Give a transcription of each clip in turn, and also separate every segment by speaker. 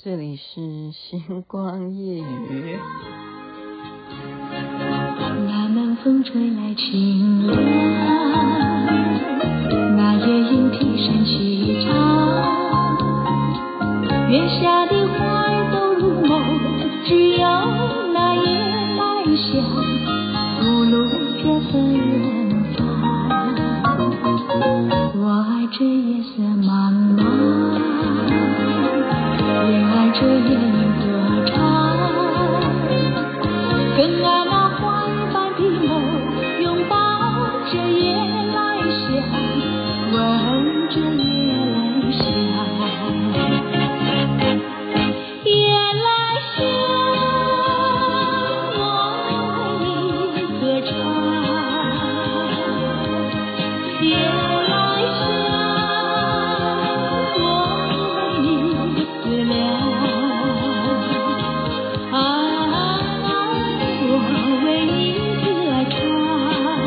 Speaker 1: 这里是星光夜雨。
Speaker 2: 那南风吹来清凉，那夜莺啼声齐唱，月下的花都入梦，只有那夜来香吐露着芬芳。我爱这夜色茫茫，也爱这夜莺歌唱，更爱那花儿般的梦，拥抱着夜来香，闻着夜来香。夜来香，我为你歌唱。夜来香，我为你思量。我为你歌唱，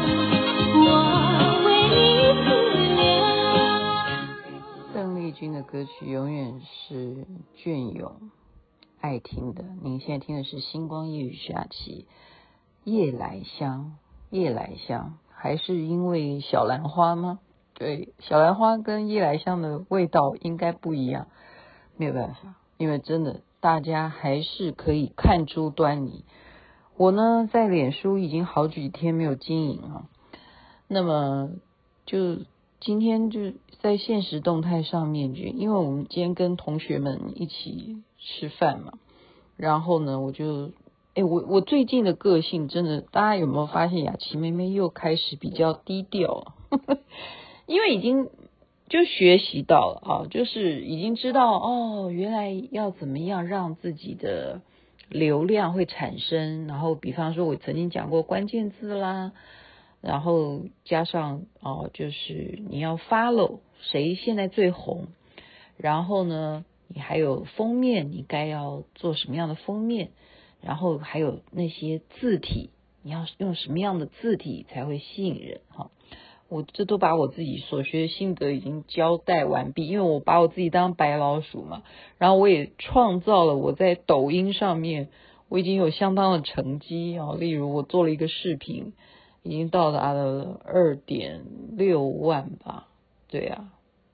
Speaker 2: 我为你思量。
Speaker 1: 邓丽君的歌曲永远是隽永爱听的。您现在听的是星光夜雨下期，夜来香。夜来香还是因为小兰花吗？对，小兰花跟夜来香的味道应该不一样，没有办法，因为真的大家还是可以看出端倪。我呢在脸书已经好几天没有经营了，那么就今天就在现实动态上面，因为我们今天跟同学们一起吃饭嘛，然后呢我最近的个性真的，大家有没有发现雅琪妹妹又开始比较低调了因为已经就学习到了啊，就是已经知道哦，原来要怎么样让自己的流量会产生，然后比方说我曾经讲过关键字啦，然后加上就是你要 follow 谁现在最红，然后呢你还有封面，你该要做什么样的封面，然后还有那些字体，你要用什么样的字体才会吸引人哈。我这都把我自己所学的心得已经交代完毕，因为我把我自己当白老鼠嘛，然后我也创造了我在抖音上面我已经有相当的成绩啊，例如我做了一个视频，已经到达了 2.6 万吧，对啊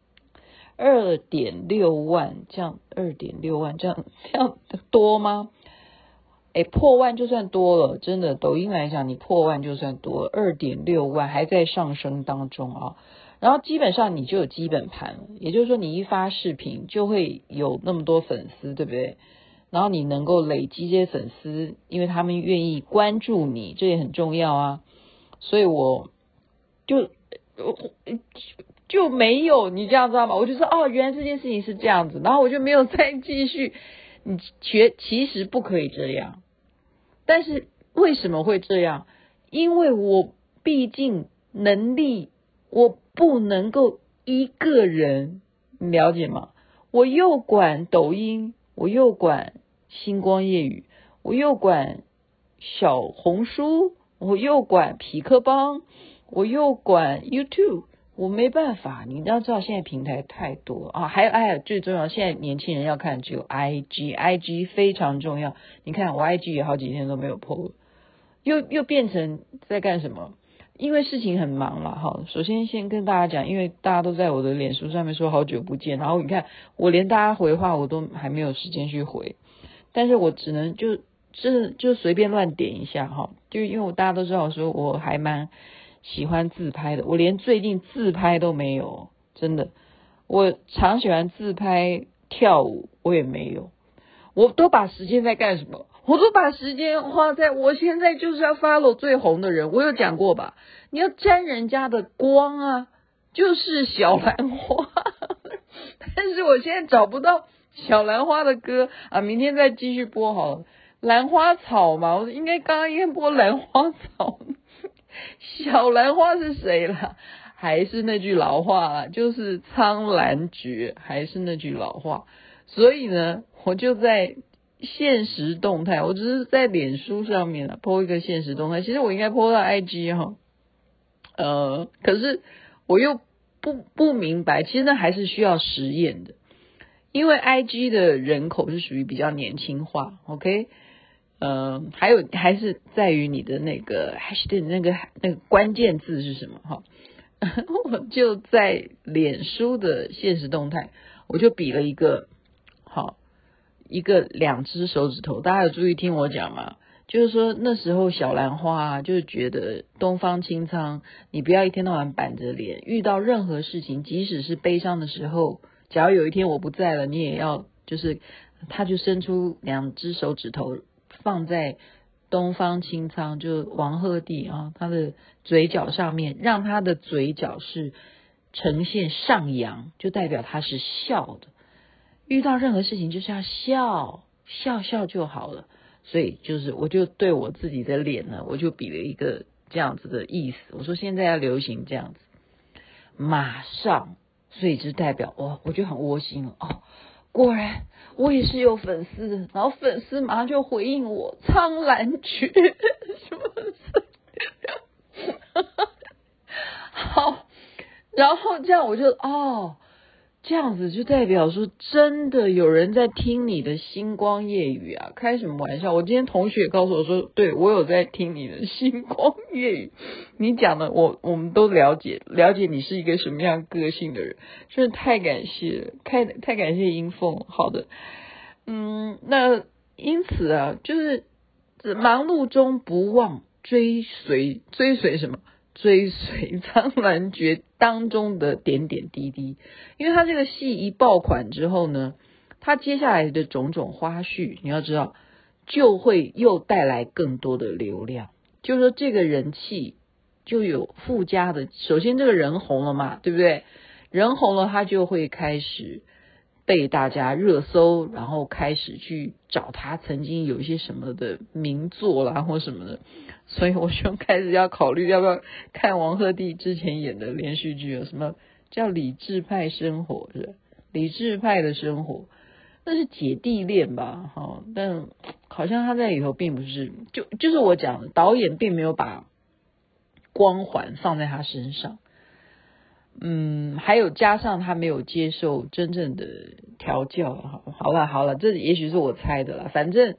Speaker 1: 2.6 万，这样 2.6 万这样多吗？破万就算多了，真的，抖音来讲，你破万就算多了，2.6 万还在上升当中啊。然后基本上你就有基本盘了，也就是说你一发视频就会有那么多粉丝，对不对？然后你能够累积这些粉丝，因为他们愿意关注你，这也很重要啊。所以我就没有你这样知道吗？我就说原来这件事情是这样子，然后我就没有再继续。其实不可以这样。但是为什么会这样？因为我毕竟能力，我不能够一个人，你了解吗？我又管抖音，我又管星光夜语，我又管小红书，我又管痞客邦，我又管 YouTube， 我没办法，你要知道现在平台太多啊，还有最重要，现在年轻人要看只有 IG 非常重要。你看我 IG 也好几天都没有 po 了，又变成在干什么？因为事情很忙了哈。首先先跟大家讲，因为大家都在我的脸书上面说好久不见，然后你看我连大家回话我都还没有时间去回，但是我只能就随便乱点一下哈，就因为大家都知道说我还蛮喜欢自拍的，我连最近自拍都没有，真的，我常喜欢自拍跳舞，我也没有，我都把时间在干什么？我都把时间花在我现在就是要 follow 最红的人，我有讲过吧？你要沾人家的光啊，就是小兰花，但是我现在找不到小兰花的歌啊，明天再继续播好了。兰花草嘛，我应该播兰花草。小兰花是谁啦？还是那句老话啦，就是苍兰诀，还是那句老话。所以呢，我就在现实动态，我只是在脸书上面po 一个现实动态，其实我应该po到 IG 哈，可是我又不明白，其实那还是需要实验的， 因为 IG 的人口是属于比较年轻化 ，OK， 还是在于你的那个 hashtag 那个关键字是什么哈。我就在脸书的限时动态，我就比了一个2只手指头，大家有注意听我讲吗？就是说那时候小兰花啊，就是觉得东方青苍，你不要一天到晚板着脸，遇到任何事情，即使是悲伤的时候，假如有一天我不在了，你也要就是他就伸出2只手指头放在东方青苍，就王鹤棣啊，他的嘴角上面，让他的嘴角是呈现上扬，就代表他是笑的。遇到任何事情就是要笑就好了。所以就是我就对我自己的脸呢，我就比了一个这样子的意思。我说现在要流行这样子，马上，所以就代表我就很窝心了哦。果然我也是有粉丝的，然后粉丝马上就回应我苍兰诀什么好，然后这样我就这样子就代表说真的有人在听你的星光夜语啊，开什么玩笑。我今天同学也告诉我说，对，我有在听你的星光夜语，你讲的我们都了解你是一个什么样个性的人，真的太感谢了，太感谢英凤。好的，那因此啊，就是忙碌中不忘追随什么？追随苍兰诀当中的点点滴滴。因为他这个戏一爆款之后呢，他接下来的种种花絮你要知道，就会又带来更多的流量。就是说这个人气就有附加的，首先这个人红了嘛，对不对？人红了，他就会开始被大家热搜，然后开始去找他曾经有一些什么的名作啦或什么的。所以我就开始要考虑要不要看王鹤棣之前演的连续剧，有什么叫理智派生活，是理智派的生活，那是姐弟恋吧，但好像他在里头并不是，就是我讲的，导演并没有把光环放在他身上。还有加上他没有接受真正的调教。好了，这也许是我猜的啦，反正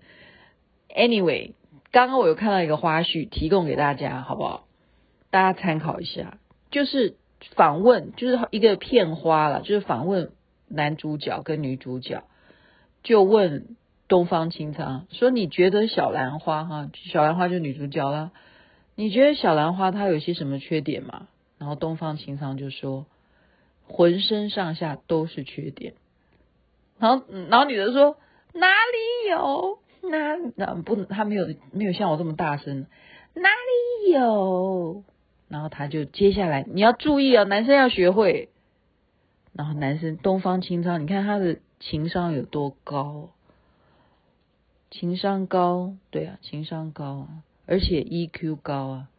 Speaker 1: anyway，刚刚我有看到一个花絮提供给大家，好不好？大家参考一下，就是访问，就是一个片花啦，就是访问男主角跟女主角，就问东方青苍说，你觉得小兰花小兰花就女主角啦，你觉得小兰花她有些什么缺点吗？然后东方青苍就说浑身上下都是缺点。然后女的说哪里有，那不能，他没有像我这么大声，哪里有。然后他就接下来你要注意男生要学会。然后男生东方青苍，你看他的情商有多高，情商高，对啊，情商高啊，而且 EQ 高啊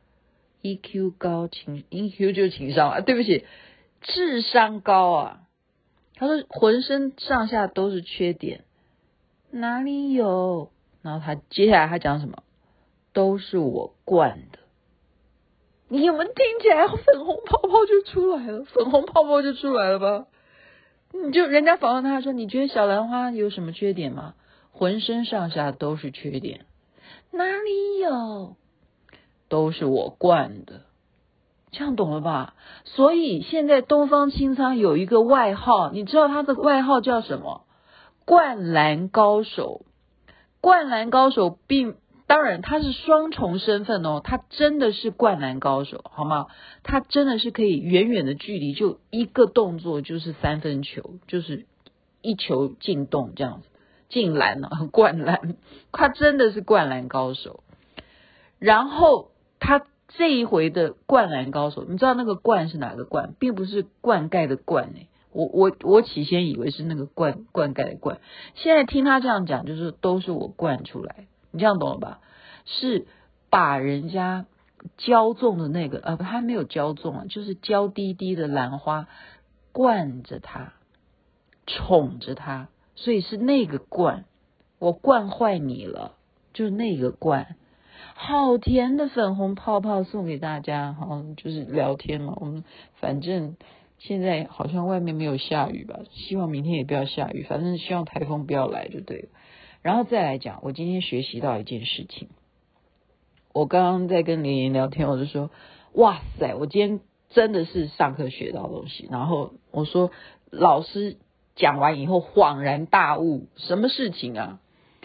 Speaker 1: ，EQ 高EQ 就是情商啊，对不起，智商高啊。他说浑身上下都是缺点，哪里有？然后他接下来他讲什么？都是我惯的。你有没有听起来粉红泡泡就出来了？粉红泡泡就出来了吧？你就人家访问他说，你觉得小兰花有什么缺点吗？浑身上下都是缺点，哪里有？都是我惯的。这样懂了吧？所以现在东方青苍有一个外号，你知道他的外号叫什么？灌篮高手。灌篮高手当然他是双重身份他真的是灌篮高手，好吗？他真的是可以远远的距离就一个动作就是3分球，就是一球进洞这样子，进篮灌篮，他真的是灌篮高手。然后他这一回的灌篮高手，你知道那个灌是哪个灌？并不是灌溉的灌我起先以为是那个灌溉的灌，现在听他这样讲，就是都是我灌出来，你这样懂了吧？是把人家骄纵的那个他没有骄纵就是娇滴滴的兰花惯着他，宠着他，所以是那个惯，我惯坏你了，就是那个惯。好甜的粉红泡泡送给大家，就是聊天嘛，我们反正现在好像外面没有下雨吧，希望明天也不要下雨，反正希望台风不要来就对了。然后再来讲，我今天学习到一件事情，我刚刚在跟连妍聊天，我就说哇塞，我今天真的是上课学到东西。然后我说老师讲完以后恍然大悟，什么事情啊？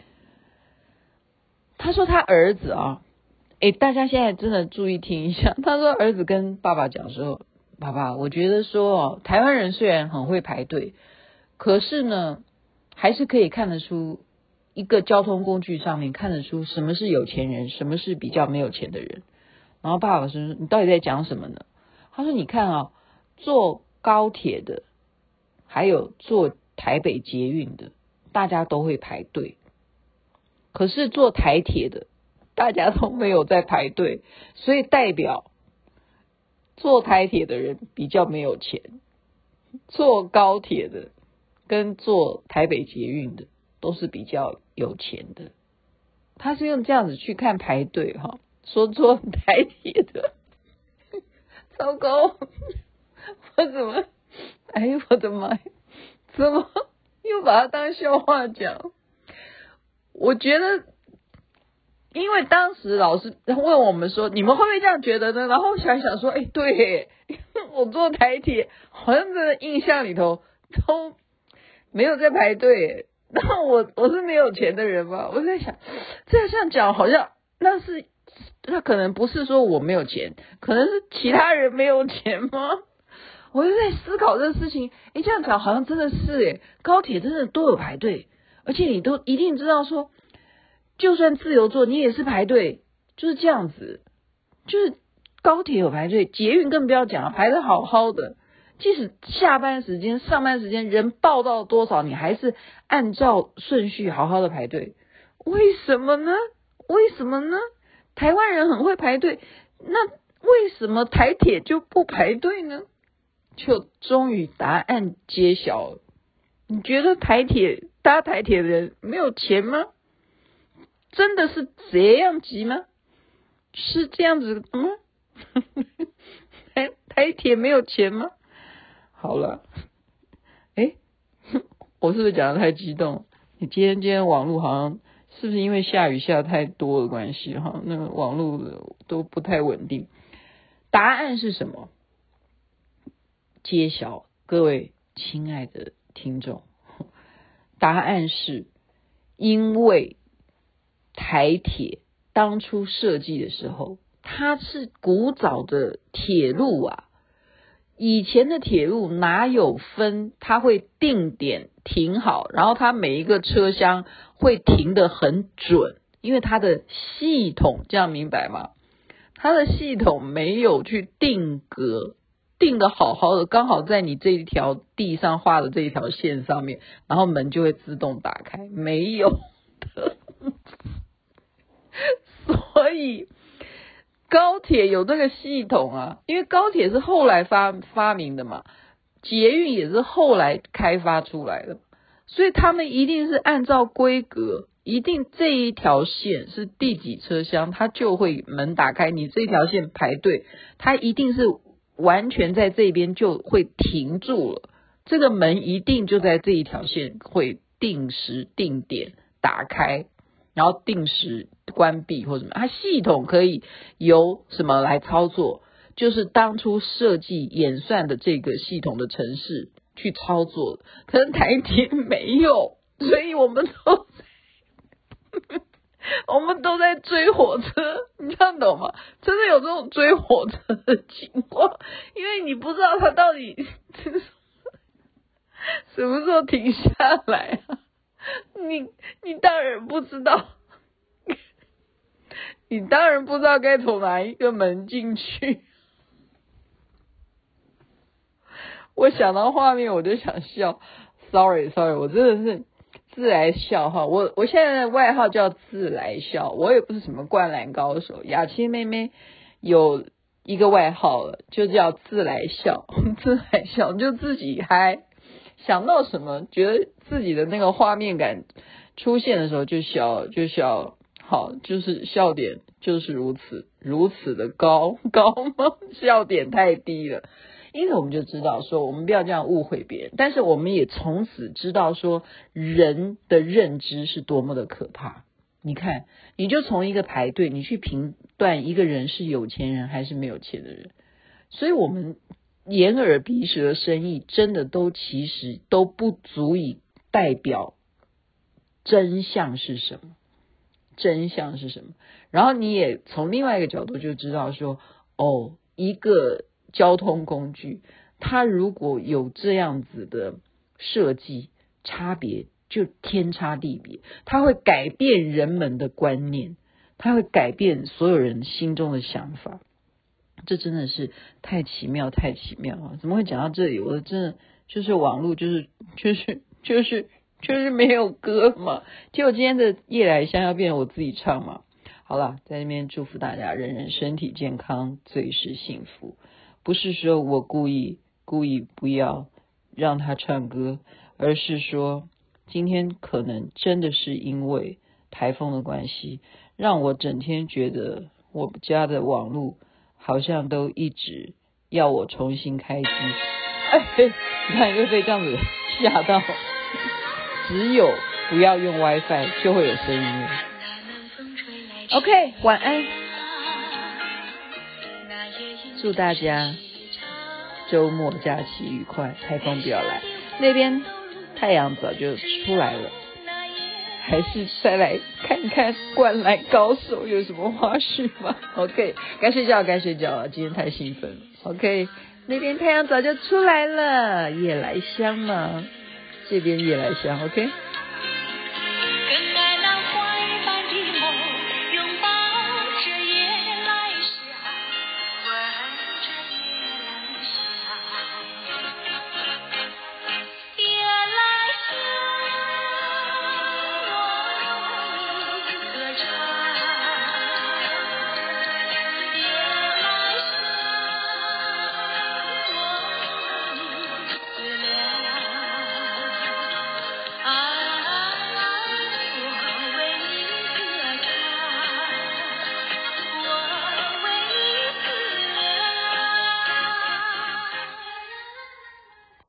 Speaker 1: 他说他儿子啊，大家现在真的注意听一下。他说儿子跟爸爸讲说，爸爸，我觉得说台湾人虽然很会排队，可是呢，还是可以看得出一个交通工具上面看得出什么是有钱人，什么是比较没有钱的人。然后爸爸说，你到底在讲什么呢？他说你看啊，坐高铁的，还有坐台北捷运的，大家都会排队。可是坐台铁的大家都没有在排队，所以代表坐台铁的人比较没有钱，坐高铁的跟坐台北捷运的都是比较有钱的。他是用这样子去看排队哈，说坐台铁的糟糕，我怎么我的妈呀，怎么又把它当笑话讲？我觉得，因为当时老师问我们说，你们会不会这样觉得呢？然后想想说，对，我坐台铁好像真的印象里头都没有在排队。然后我是没有钱的人吧？我在想，这样讲好像那可能不是说我没有钱，可能是其他人没有钱吗？我就在思考这个事情。这样讲好像真的是高铁真的都有排队。而且你都一定知道说，就算自由坐你也是排队，就是这样子。就是高铁有排队，捷运更不要讲了，排得好好的。即使下班时间、上班时间人爆到多少，你还是按照顺序好好的排队。为什么呢？为什么呢？台湾人很会排队，那为什么台铁就不排队呢？就终于答案揭晓了。你觉得搭台铁的人没有钱吗？真的是这样急吗？是这样子的吗？台铁没有钱吗？好了，我是不是讲得太激动？你今天网络好像是不是因为下雨下太多的关系哈？那个网络都不太稳定。答案是什么？揭晓，各位亲爱的听众，答案是因为台铁当初设计的时候，它是古早的铁路啊，以前的铁路哪有分，它会定点停好，然后它每一个车厢会停得很准，因为它的系统，这样明白吗？它的系统没有去定格，定得好好的，刚好在你这一条地上画的这一条线上面，然后门就会自动打开，没有的。所以高铁有这个系统啊，因为高铁是后来发明的嘛，捷运也是后来开发出来的，所以他们一定是按照规格，一定这一条线是第几车厢，它就会门打开，你这条线排队，它一定是完全在这边就会停住了，这个门一定就在这一条线会定时定点打开，然后定时关闭或什么，它系统可以由什么来操作？就是当初设计演算的这个系统的程式去操作，可是台铁没有，所以我们都在追火车，你这样懂吗？真的有这种追火车的情况，因为你不知道它到底什么时候停下来啊，你当然不知道。你当然不知道该从哪一个门进去。我想到画面我就想笑 ，sorry， 我真的是自来笑哈。我现在的外号叫自来笑，我也不是什么灌篮高手。雅琪妹妹有一个外号了，就叫自来笑，自来笑就自己嗨，想到什么觉得自己的那个画面感出现的时候就笑。好，就是笑点就是如此的高吗？笑点太低了。 因此我们就知道说我们不要这样误会别人，但是我们也从此知道说人的认知是多么的可怕。你看，你就从一个排队你去评断一个人是有钱人还是没有钱的人，所以我们眼耳鼻舌身意真的都其实都不足以代表真相是什么，真相是什么。然后你也从另外一个角度就知道说，哦，一个交通工具它如果有这样子的设计，差别就天差地别，它会改变人们的观念，它会改变所有人心中的想法。这真的是太奇妙太奇妙了，怎么会讲到这里？我真的就是网络就是没有歌嘛，结果今天的夜来香要变成我自己唱嘛。好了，在那边祝福大家人人身体健康，最是幸福。不是说我故意不要让他唱歌，而是说今天可能真的是因为台风的关系，让我整天觉得我家的网络好像都一直要我重新开机。你看又被这样子吓到，只有不要用 WiFi 就会有声音了。OK， 晚安，祝大家周末假期愉快，台风不要来。那边太阳早就出来了，还是再来看看灌篮高手有什么花絮吗？ OK， 该睡觉了，今天太兴奋了。 OK， 那边太阳早就出来了，夜来香嘛，这边夜来香。 OK。